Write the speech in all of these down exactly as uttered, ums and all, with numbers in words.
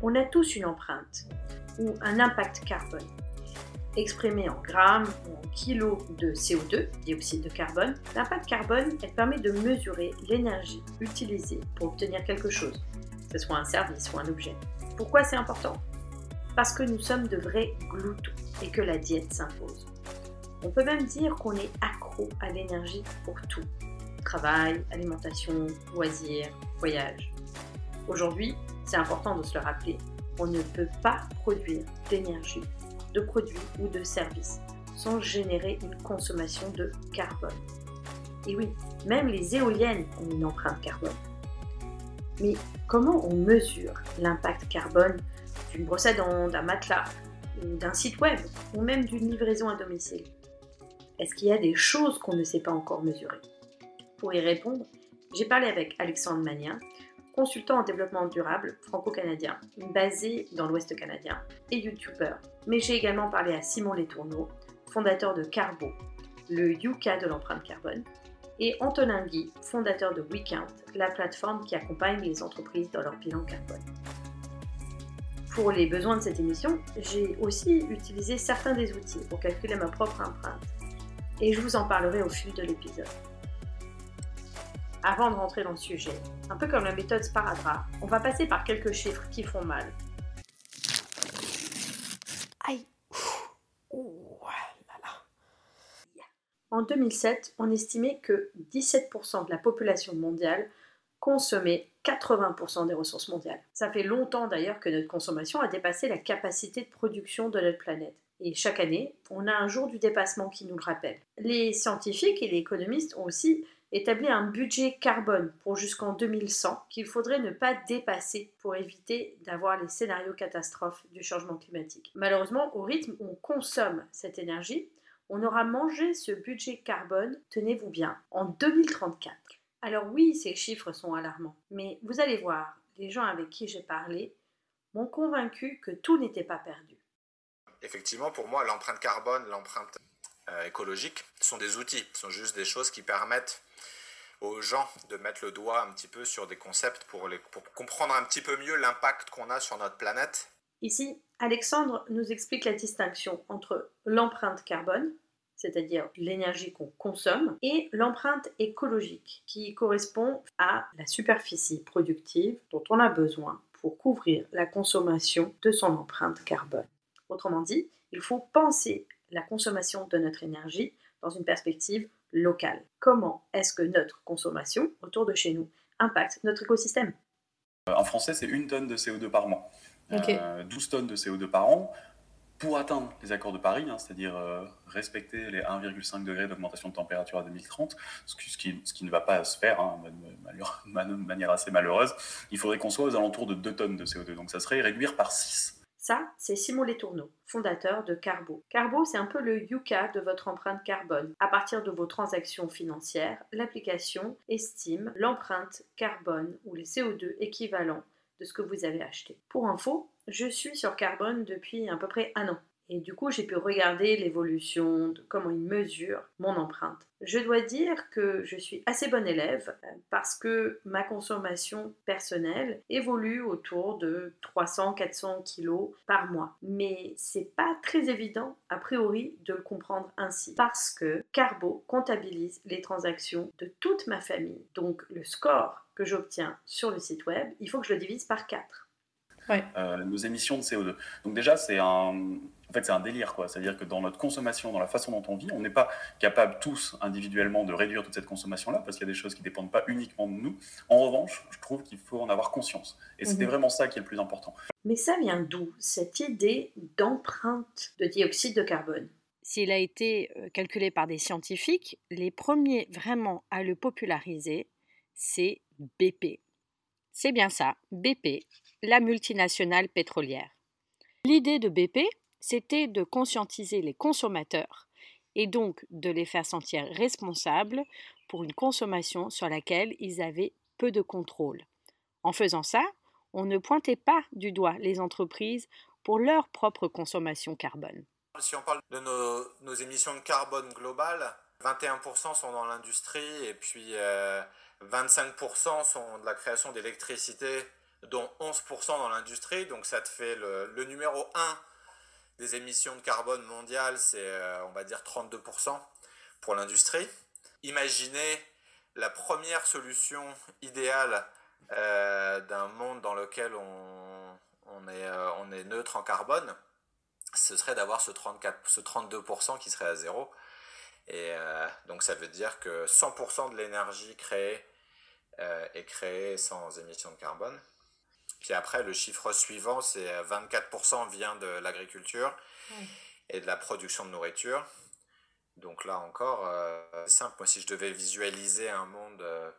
On a tous une empreinte ou un impact carbone. Exprimé en grammes ou en kilos de C O deux, dioxyde de carbone, l'impact carbone elle permet de mesurer l'énergie utilisée pour obtenir quelque chose, que ce soit un service ou un objet. Pourquoi c'est important? Parce que nous sommes de vrais gloutons et que la diète s'impose. On peut même dire qu'on est accro à l'énergie pour tout. Travail, alimentation, loisirs, voyage. Aujourd'hui, c'est important de se le rappeler, on ne peut pas produire d'énergie, de produits ou de services sans générer une consommation de carbone. Et oui, même les éoliennes ont une empreinte carbone. Mais comment on mesure l'impact carbone d'une brosse à dents, d'un matelas, ou d'un site web, ou même d'une livraison à domicile? Est-ce qu'il y a des choses qu'on ne sait pas encore mesurer? Pour y répondre, j'ai parlé avec Alexandre Magnien, consultant en développement durable franco-canadien, basé dans l'Ouest canadien, et youtubeur. Mais j'ai également parlé à Simon Letourneau, fondateur de Carbo, le Yuka de l'empreinte carbone, et Antonin Guy, fondateur de WeCount, la plateforme qui accompagne les entreprises dans leur bilan carbone. Pour les besoins de cette émission, j'ai aussi utilisé certains des outils pour calculer ma propre empreinte, et je vous en parlerai au fil de l'épisode. Avant de rentrer dans le sujet, un peu comme la méthode sparadrap, on va passer par quelques chiffres qui font mal. Aïe. Ouh là là. En deux mille sept, on estimait que dix-sept pour cent de la population mondiale consommait quatre-vingts pour cent des ressources mondiales. Ça fait longtemps d'ailleurs que notre consommation a dépassé la capacité de production de notre planète. Et chaque année, on a un jour du dépassement qui nous le rappelle. Les scientifiques et les économistes ont aussi établi un budget carbone pour jusqu'en deux mille cent qu'il faudrait ne pas dépasser pour éviter d'avoir les scénarios catastrophes du changement climatique. Malheureusement, au rythme où on consomme cette énergie, on aura mangé ce budget carbone, tenez-vous bien, en deux mille trente-quatre. Alors oui, ces chiffres sont alarmants, mais vous allez voir, les gens avec qui j'ai parlé m'ont convaincu que tout n'était pas perdu. Effectivement, pour moi, l'empreinte carbone, l'empreinte euh, écologique sont des outils, sont juste des choses qui permettent aux gens de mettre le doigt un petit peu sur des concepts pour, les, pour comprendre un petit peu mieux l'impact qu'on a sur notre planète. Ici, Alexandre nous explique la distinction entre l'empreinte carbone, c'est-à-dire l'énergie qu'on consomme, et l'empreinte écologique, qui correspond à la superficie productive dont on a besoin pour couvrir la consommation de son empreinte carbone. Autrement dit, il faut penser la consommation de notre énergie dans une perspective locale. Comment est-ce que notre consommation autour de chez nous impacte notre écosystème? En français, c'est une tonne de C O deux par mois, Okay. euh, douze tonnes de C O deux par an. Pour atteindre les accords de Paris, hein, c'est-à-dire euh, respecter les un virgule cinq degrés d'augmentation de température à deux mille trente, ce qui, ce qui, ce qui ne va pas se faire hein, de manière assez malheureuse, il faudrait qu'on soit aux alentours de deux tonnes de C O deux. Donc ça serait réduire par six. Ça, c'est Simon Letourneau, fondateur de Carbo. Carbo, c'est un peu le Yuka de votre empreinte carbone. À partir de vos transactions financières, l'application estime l'empreinte carbone ou les C O deux équivalents de ce que vous avez acheté. Pour info, je suis sur Carbone depuis à peu près un an. Et du coup, j'ai pu regarder l'évolution de comment il mesure mon empreinte. Je dois dire que je suis assez bonne élève parce que ma consommation personnelle évolue autour de trois cents à quatre cents kilos par mois. Mais c'est pas très évident, a priori, de le comprendre ainsi. Parce que Carbo comptabilise les transactions de toute ma famille. Donc, le score que j'obtiens sur le site web, il faut que je le divise par quatre. Ouais. Euh, nos émissions de C O deux. Donc déjà, c'est un, en fait, c'est un délire, quoi. C'est-à-dire que dans notre consommation, dans la façon dont on vit, on n'est pas capable tous individuellement de réduire toute cette consommation-là, parce qu'il y a des choses qui ne dépendent pas uniquement de nous. En revanche, je trouve qu'il faut en avoir conscience. Et mmh. c'était vraiment ça qui est le plus important. Mais ça vient d'où, cette idée d'empreinte de dioxyde de carbone? S'il a été calculé par des scientifiques, les premiers vraiment à le populariser, c'est B P. C'est bien ça, B P, la multinationale pétrolière. L'idée de B P, c'était de conscientiser les consommateurs et donc de les faire sentir responsables pour une consommation sur laquelle ils avaient peu de contrôle. En faisant ça, on ne pointait pas du doigt les entreprises pour leur propre consommation carbone. Si on parle de nos, nos émissions de carbone globales, vingt et un pour cent sont dans l'industrie et puis euh, vingt-cinq pour cent sont de la création d'électricité dont onze pour cent dans l'industrie. Donc ça te fait le, le numéro un des émissions de carbone mondiales, c'est euh, on va dire trente-deux pour cent pour l'industrie. Imaginez la première solution idéale euh, d'un monde dans lequel on, on, est, euh, on est neutre en carbone, ce serait d'avoir ce, trente-quatre, ce trente-deux pour cent qui serait à zéro. Et euh, donc ça veut dire que cent pour cent de l'énergie créée euh, est créée sans émission de carbone. Puis après, le chiffre suivant, c'est vingt-quatre pour cent vient de l'agriculture oui. et de la production de nourriture. Donc là encore, euh, c'est simple. Moi, si je devais visualiser un monde, euh,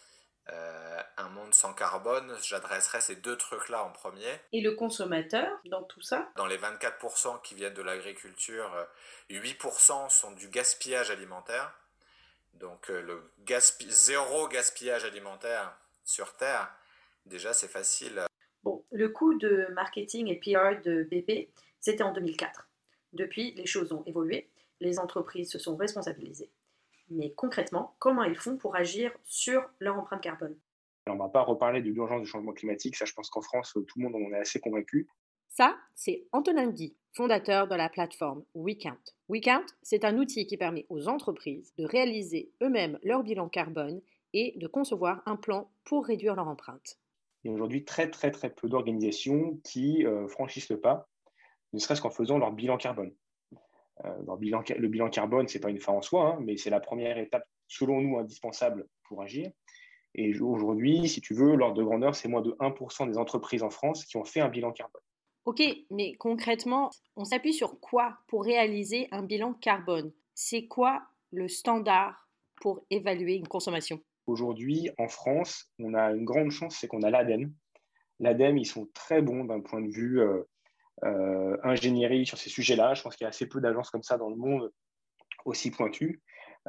euh, un monde sans carbone, j'adresserais ces deux trucs-là en premier. Et le consommateur dans tout ça ? Dans les vingt-quatre pour cent qui viennent de l'agriculture, huit pour cent sont du gaspillage alimentaire. Donc euh, le gaspi- zéro gaspillage alimentaire sur Terre, déjà c'est facile. Bon, le coût de marketing et P R de B P, c'était en deux mille quatre. Depuis, les choses ont évolué. Les entreprises se sont responsabilisées. Mais concrètement, comment ils font pour agir sur leur empreinte carbone ? On ne va pas reparler de l'urgence du changement climatique, ça je pense qu'en France, tout le monde en est assez convaincu. Ça, c'est Antonin Guy, fondateur de la plateforme WeCount. WeCount, c'est un outil qui permet aux entreprises de réaliser eux-mêmes leur bilan carbone et de concevoir un plan pour réduire leur empreinte. Il y a aujourd'hui très très très peu d'organisations qui euh, franchissent le pas, ne serait-ce qu'en faisant leur bilan carbone. Euh, leur bilan, le bilan carbone, ce n'est pas une fin en soi, hein, mais c'est la première étape, selon nous, indispensable pour agir. Et aujourd'hui, si tu veux, l'ordre de grandeur, c'est moins de un pour cent des entreprises en France qui ont fait un bilan carbone. Ok, mais concrètement, on s'appuie sur quoi pour réaliser un bilan carbone ? C'est quoi le standard pour évaluer une consommation ? Aujourd'hui, en France, on a une grande chance, c'est qu'on a l'ADEME. L'ADEME, ils sont très bons d'un point de vue euh, euh, ingénierie sur ces sujets-là. Je pense qu'il y a assez peu d'agences comme ça dans le monde aussi pointues.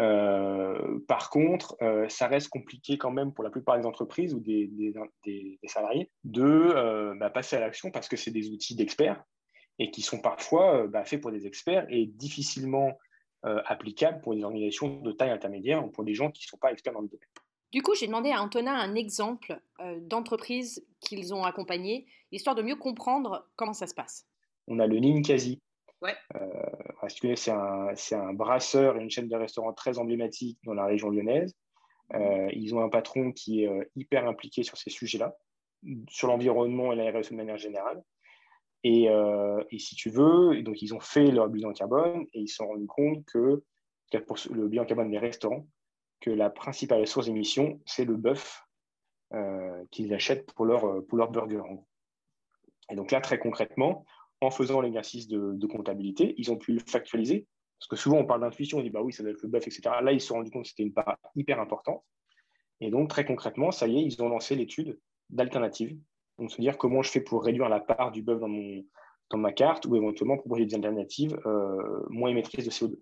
Euh, par contre, euh, ça reste compliqué quand même pour la plupart des entreprises ou des, des, des, des salariés de euh, bah, passer à l'action parce que c'est des outils d'experts et qui sont parfois euh, bah, faits pour des experts et difficilement euh, applicables pour des organisations de taille intermédiaire ou pour des gens qui ne sont pas experts dans le domaine. Du coup, j'ai demandé à Antonin un exemple euh, d'entreprise qu'ils ont accompagnée, histoire de mieux comprendre comment ça se passe. On a le Ninkasi. Ouais. Euh, si tu connais, c'est un, c'est un brasseur et une chaîne de restaurants très emblématique dans la région lyonnaise. Euh, ils ont un patron qui est euh, hyper impliqué sur ces sujets-là, sur l'environnement et la R S E de manière générale. Et, euh, et si tu veux, donc ils ont fait leur bilan carbone et ils se sont rendus compte que, pour le bilan carbone des restaurants, que la principale source d'émissions, c'est le bœuf euh, qu'ils achètent pour leur, pour leur burger. En gros. Et donc là, très concrètement, en faisant l'exercice de, de comptabilité, ils ont pu le factualiser. Parce que souvent, on parle d'intuition, on dit bah oui, ça doit être le bœuf, et cetera. Là, ils se sont rendus compte que c'était une part hyper importante. Et donc, très concrètement, ça y est, ils ont lancé l'étude d'alternatives. Donc, se dire comment je fais pour réduire la part du bœuf dans, mon, dans ma carte ou éventuellement proposer des alternatives euh, moins émettrices de C O deux.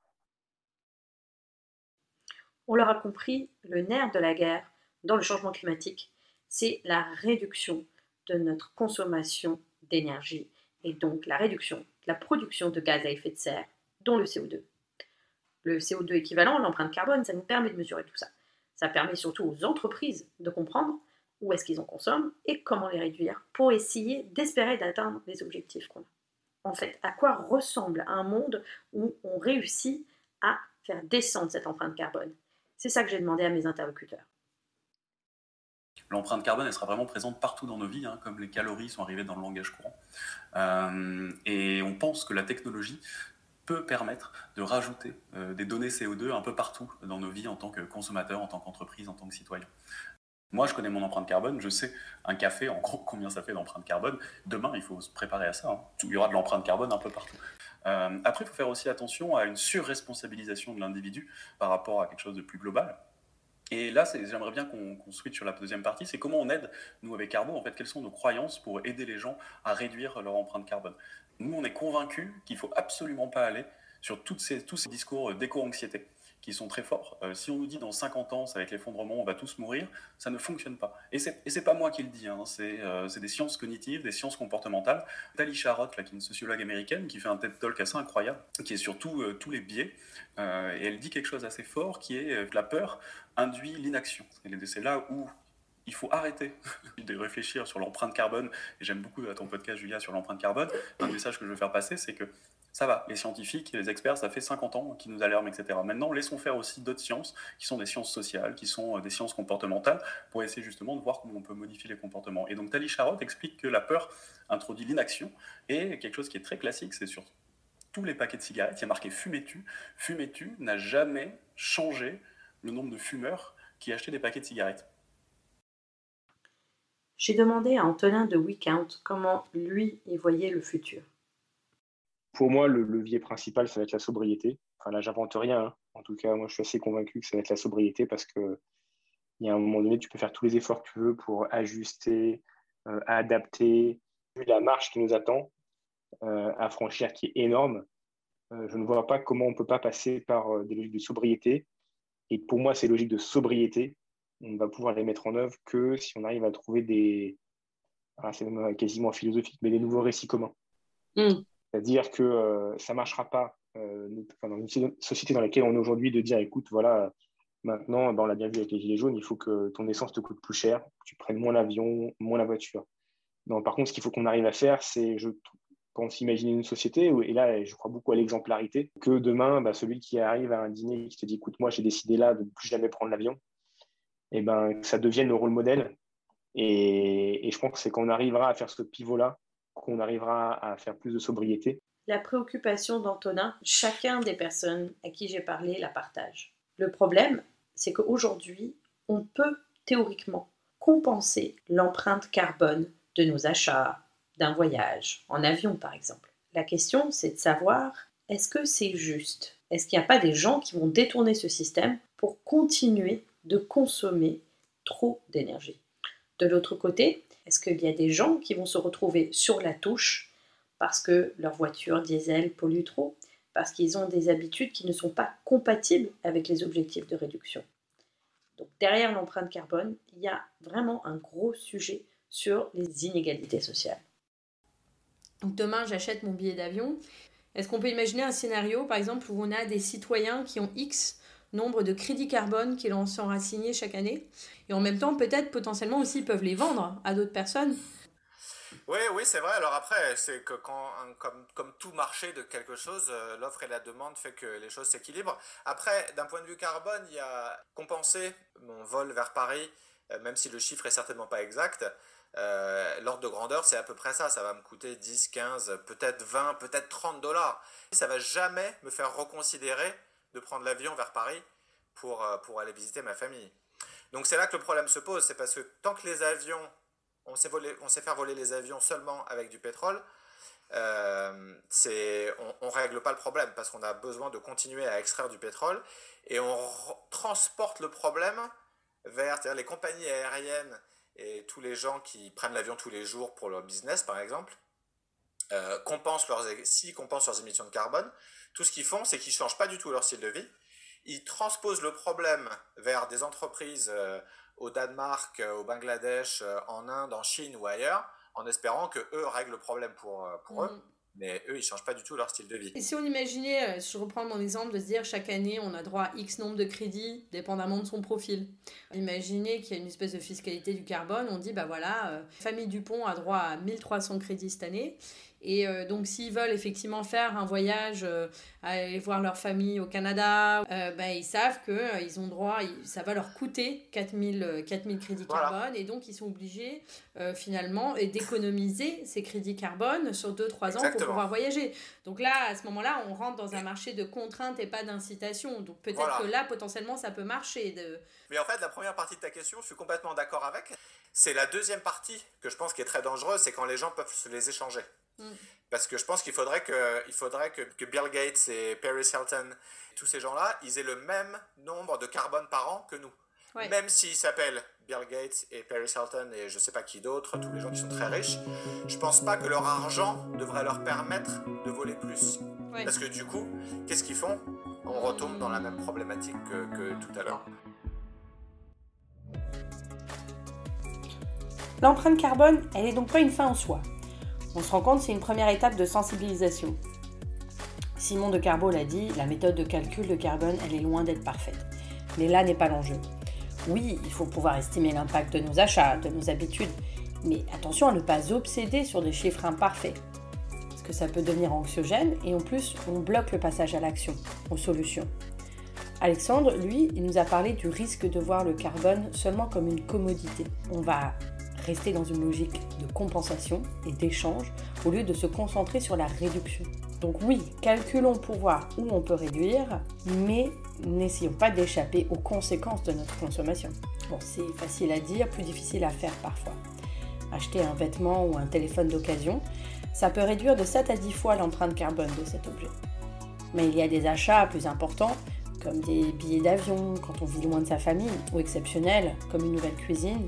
On l'aura compris, le nerf de la guerre dans le changement climatique, c'est la réduction de notre consommation d'énergie et donc la réduction de la production de gaz à effet de serre, dont le C O deux. Le C O deux équivalent, l'empreinte carbone, ça nous permet de mesurer tout ça. Ça permet surtout aux entreprises de comprendre où est-ce qu'ils en consomment et comment les réduire pour essayer d'espérer d'atteindre les objectifs qu'on a. En fait, à quoi ressemble un monde où on réussit à faire descendre cette empreinte carbone ? C'est ça que j'ai demandé à mes interlocuteurs. L'empreinte carbone, elle sera vraiment présente partout dans nos vies, hein, comme les calories sont arrivées dans le langage courant. Euh, et on pense que la technologie peut permettre de rajouter euh, des données C O deux un peu partout dans nos vies en tant que consommateurs, en tant qu'entreprise, en tant que citoyen. Moi, je connais mon empreinte carbone, je sais un café, en gros, combien ça fait d'empreinte carbone. Demain, il faut se préparer à ça. Hein. Il y aura de l'empreinte carbone un peu partout. Euh, après, il faut faire aussi attention à une surresponsabilisation de l'individu par rapport à quelque chose de plus global. Et là, c'est, j'aimerais bien qu'on, qu'on switch sur la deuxième partie, c'est comment on aide, nous avec Carbo, en fait, quelles sont nos croyances pour aider les gens à réduire leur empreinte carbone. Nous, on est convaincus qu'il ne faut absolument pas aller sur toutes ces, tous ces discours d'éco-anxiété qui sont très forts. Euh, si on nous dit dans cinquante ans, ça va être l'effondrement, on va tous mourir, ça ne fonctionne pas. Et c'est, et c'est pas moi qui le dis, hein, c'est, euh, c'est des sciences cognitives, des sciences comportementales. Talisha Roth, là, qui est une sociologue américaine, qui fait un TED Talk assez incroyable, qui est sur tout, euh, tous les biais, euh, et elle dit quelque chose assez fort, qui est euh, que la peur induit l'inaction. Et c'est là où il faut arrêter de réfléchir sur l'empreinte carbone. Et j'aime beaucoup ton podcast, Julia, sur l'empreinte carbone. Un message que je veux faire passer, c'est que ça va, les scientifiques, les experts, ça fait cinquante ans qu'ils nous alarment, et cetera. Maintenant, laissons faire aussi d'autres sciences, qui sont des sciences sociales, qui sont des sciences comportementales, pour essayer justement de voir comment on peut modifier les comportements. Et donc, Tali Sharot explique que la peur introduit l'inaction, et quelque chose qui est très classique, c'est sur tous les paquets de cigarettes, il y a marqué « Fumez-tu ». « Fumez-tu » n'a jamais changé le nombre de fumeurs qui achetaient des paquets de cigarettes. J'ai demandé à Antonin de WeCount comment lui y voyait le futur. Pour moi, le levier principal, ça va être la sobriété. Enfin, là, j'invente rien. Hein. En tout cas, moi, je suis assez convaincu que ça va être la sobriété parce qu'il y a un moment donné, tu peux faire tous les efforts que tu veux pour ajuster, euh, adapter. Vu la marche qui nous attend euh, à franchir, qui est énorme, euh, je ne vois pas comment on ne peut pas passer par euh, des logiques de sobriété. Et pour moi, ces logiques de sobriété, on ne va pouvoir les mettre en œuvre que si on arrive à trouver des, ah, c'est même quasiment philosophique, mais des nouveaux récits communs. Mm. C'est-à-dire que euh, ça ne marchera pas euh, dans une société dans laquelle on est aujourd'hui de dire, écoute, voilà, maintenant, ben, on l'a bien vu avec les gilets jaunes, il faut que ton essence te coûte plus cher, que tu prennes moins l'avion, moins la voiture. Non, par contre, ce qu'il faut qu'on arrive à faire, c'est, je pense, imaginer une société, où, et là, je crois beaucoup à l'exemplarité, que demain, ben, celui qui arrive à un dîner et qui te dit, écoute, moi, j'ai décidé là de ne plus jamais prendre l'avion, et ben, que ça devienne le rôle modèle. Et, et je pense que c'est quand on arrivera à faire ce pivot-là, qu'on arrivera à faire plus de sobriété. La préoccupation d'Antonin, chacun des personnes à qui j'ai parlé la partage. Le problème, c'est qu'aujourd'hui, on peut théoriquement compenser l'empreinte carbone de nos achats, d'un voyage, en avion par exemple. La question, c'est de savoir, est-ce que c'est juste ? Est-ce qu'il n'y a pas des gens qui vont détourner ce système pour continuer de consommer trop d'énergie ? De l'autre côté, est-ce qu'il y a des gens qui vont se retrouver sur la touche parce que leur voiture diesel pollue trop, parce qu'ils ont des habitudes qui ne sont pas compatibles avec les objectifs de réduction. Donc derrière l'empreinte carbone, il y a vraiment un gros sujet sur les inégalités sociales. Donc demain, j'achète mon billet d'avion. Est-ce qu'on peut imaginer un scénario, par exemple, où on a des citoyens qui ont X nombre de crédits carbone qui leur sont assignés chaque année, et en même temps, peut-être, potentiellement aussi, ils peuvent les vendre à d'autres personnes. Oui, oui, c'est vrai. Alors après, c'est que quand, comme, comme tout marché de quelque chose, euh, l'offre et la demande fait que les choses s'équilibrent. Après, d'un point de vue carbone, il y a compenser mon vol vers Paris, euh, même si le chiffre est certainement pas exact. Euh, l'ordre de grandeur, c'est à peu près ça. Ça va me coûter dix, quinze, peut-être vingt, peut-être trente dollars. Ça va jamais me faire reconsidérer de prendre l'avion vers Paris pour, euh, pour aller visiter ma famille. Donc c'est là que le problème se pose. C'est parce que tant que les avions, on sait, voler, on sait faire voler les avions seulement avec du pétrole, euh, c'est, on ne règle pas le problème parce qu'on a besoin de continuer à extraire du pétrole et on r- transporte le problème vers c'est-à-dire les compagnies aériennes et tous les gens qui prennent l'avion tous les jours pour leur business, par exemple, euh, compensent leurs, s'ils compensent leurs émissions de carbone, tout ce qu'ils font, c'est qu'ils ne changent pas du tout leur style de vie. Ils transposent le problème vers des entreprises euh, au Danemark, euh, au Bangladesh, euh, en Inde, en Chine ou ailleurs, en espérant qu'eux règlent le problème pour, euh, pour mmh. eux. Mais eux, ils ne changent pas du tout leur style de vie. Et si on imaginait, je reprends mon exemple, de se dire chaque année, on a droit à X nombre de crédits, dépendamment de son profil. Imaginez qu'il y a une espèce de fiscalité du carbone, on dit, bah voilà, euh, famille Dupont a droit à mille trois cents crédits cette année. Et euh, donc, s'ils veulent effectivement faire un voyage, euh, aller voir leur famille au Canada, euh, bah, ils savent qu'ils euh, ont droit, ils, ça va leur coûter quatre mille crédits voilà. carbone. Et donc, ils sont obligés euh, finalement d'économiser ces crédits carbone sur deux trois ans Exactement. Pour pouvoir voyager. Donc là, à ce moment-là, on rentre dans un marché de contraintes et pas d'incitation. Donc peut-être voilà. que là, potentiellement, ça peut marcher. De... Mais en fait, la première partie de ta question, je suis complètement d'accord avec. C'est la deuxième partie que je pense qui est très dangereuse, c'est quand les gens peuvent se les échanger. Mm. Parce que je pense qu'il faudrait, que, il faudrait que, que Bill Gates et Paris Hilton, tous ces gens-là, ils aient le même nombre de carbone par an que nous. Ouais. Même s'ils s'appellent Bill Gates et Paris Hilton et je ne sais pas qui d'autre, tous les gens qui sont très riches, je ne pense pas que leur argent devrait leur permettre de voler plus. Ouais. Parce que du coup, qu'est-ce qu'ils font ? On retombe dans la même problématique que, que tout à l'heure. L'empreinte carbone, elle n'est donc pas une fin en soi. On se rend compte que c'est une première étape de sensibilisation. Simon de Carbo l'a dit, la méthode de calcul de carbone, elle est loin d'être parfaite. Mais là n'est pas l'enjeu. Oui, il faut pouvoir estimer l'impact de nos achats, de nos habitudes, mais attention à ne pas obséder sur des chiffres imparfaits, parce que ça peut devenir anxiogène et en plus, on bloque le passage à l'action, aux solutions. Alexandre, lui, il nous a parlé du risque de voir le carbone seulement comme une commodité. On va rester dans une logique de compensation et d'échange au lieu de se concentrer sur la réduction. Donc oui, calculons pour voir où on peut réduire, mais n'essayons pas d'échapper aux conséquences de notre consommation. Bon, c'est facile à dire, plus difficile à faire parfois. Acheter un vêtement ou un téléphone d'occasion, ça peut réduire de sept à dix fois l'empreinte carbone de cet objet. Mais il y a des achats plus importants, comme des billets d'avion quand on vit loin de sa famille, ou exceptionnels, comme une nouvelle cuisine,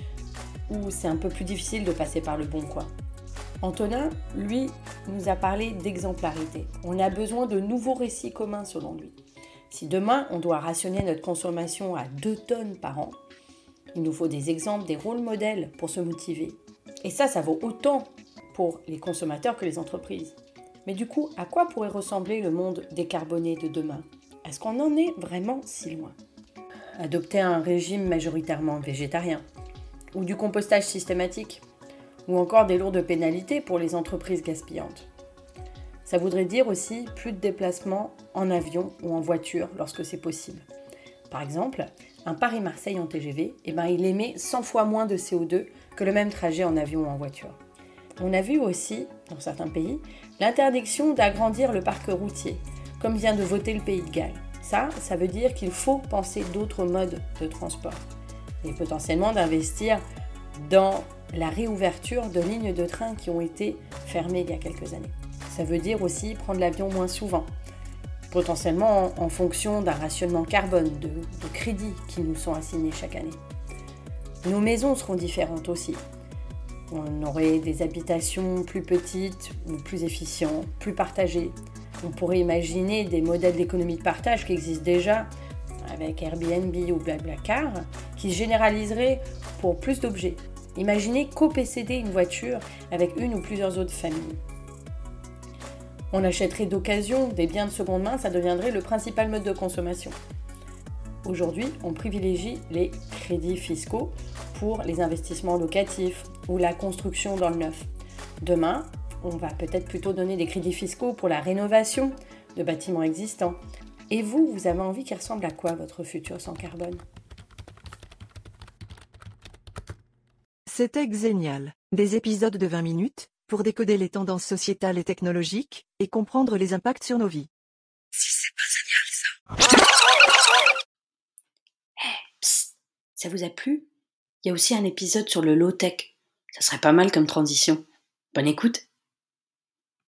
où c'est un peu plus difficile de passer par le bon coin. Antonin, lui, nous a parlé d'exemplarité. On a besoin de nouveaux récits communs selon lui. Si demain, on doit rationner notre consommation à deux tonnes par an, il nous faut des exemples, des rôles modèles pour se motiver. Et ça, ça vaut autant pour les consommateurs que les entreprises. Mais du coup, à quoi pourrait ressembler le monde décarboné de demain ? Est-ce qu'on en est vraiment si loin ? Adopter un régime majoritairement végétarien, ou du compostage systématique, ou encore des lourdes pénalités pour les entreprises gaspillantes. Ça voudrait dire aussi plus de déplacements en avion ou en voiture lorsque c'est possible. Par exemple, un Paris-Marseille en T G V, eh ben, il émet cent fois moins de C O deux que le même trajet en avion ou en voiture. On a vu aussi, dans certains pays, l'interdiction d'agrandir le parc routier, comme vient de voter le Pays de Galles. Ça, ça veut dire qu'il faut penser d'autres modes de transport et potentiellement d'investir dans la réouverture de lignes de train qui ont été fermées il y a quelques années. Ça veut dire aussi prendre l'avion moins souvent, potentiellement en, en fonction d'un rationnement carbone, de, de crédits qui nous sont assignés chaque année. Nos maisons seront différentes aussi. On aurait des habitations plus petites, ou plus efficientes, plus partagées. On pourrait imaginer des modèles d'économie de partage qui existent déjà, avec Airbnb ou Blablacar, qui se généraliseraient pour plus d'objets. Imaginez co-posséder une voiture avec une ou plusieurs autres familles. On achèterait d'occasion des biens de seconde main, ça deviendrait le principal mode de consommation. Aujourd'hui, on privilégie les crédits fiscaux pour les investissements locatifs ou la construction dans le neuf. Demain, on va peut-être plutôt donner des crédits fiscaux pour la rénovation de bâtiments existants. Et vous, vous avez envie qu'il ressemble à quoi votre futur sans carbone ? C'était Xenial, des épisodes de vingt minutes, pour décoder les tendances sociétales et technologiques, et comprendre les impacts sur nos vies. Si c'est pas génial ça. Eh, hey, psst, ça vous a plu ? Il y a aussi un épisode sur le low-tech. Ça serait pas mal comme transition. Bonne écoute.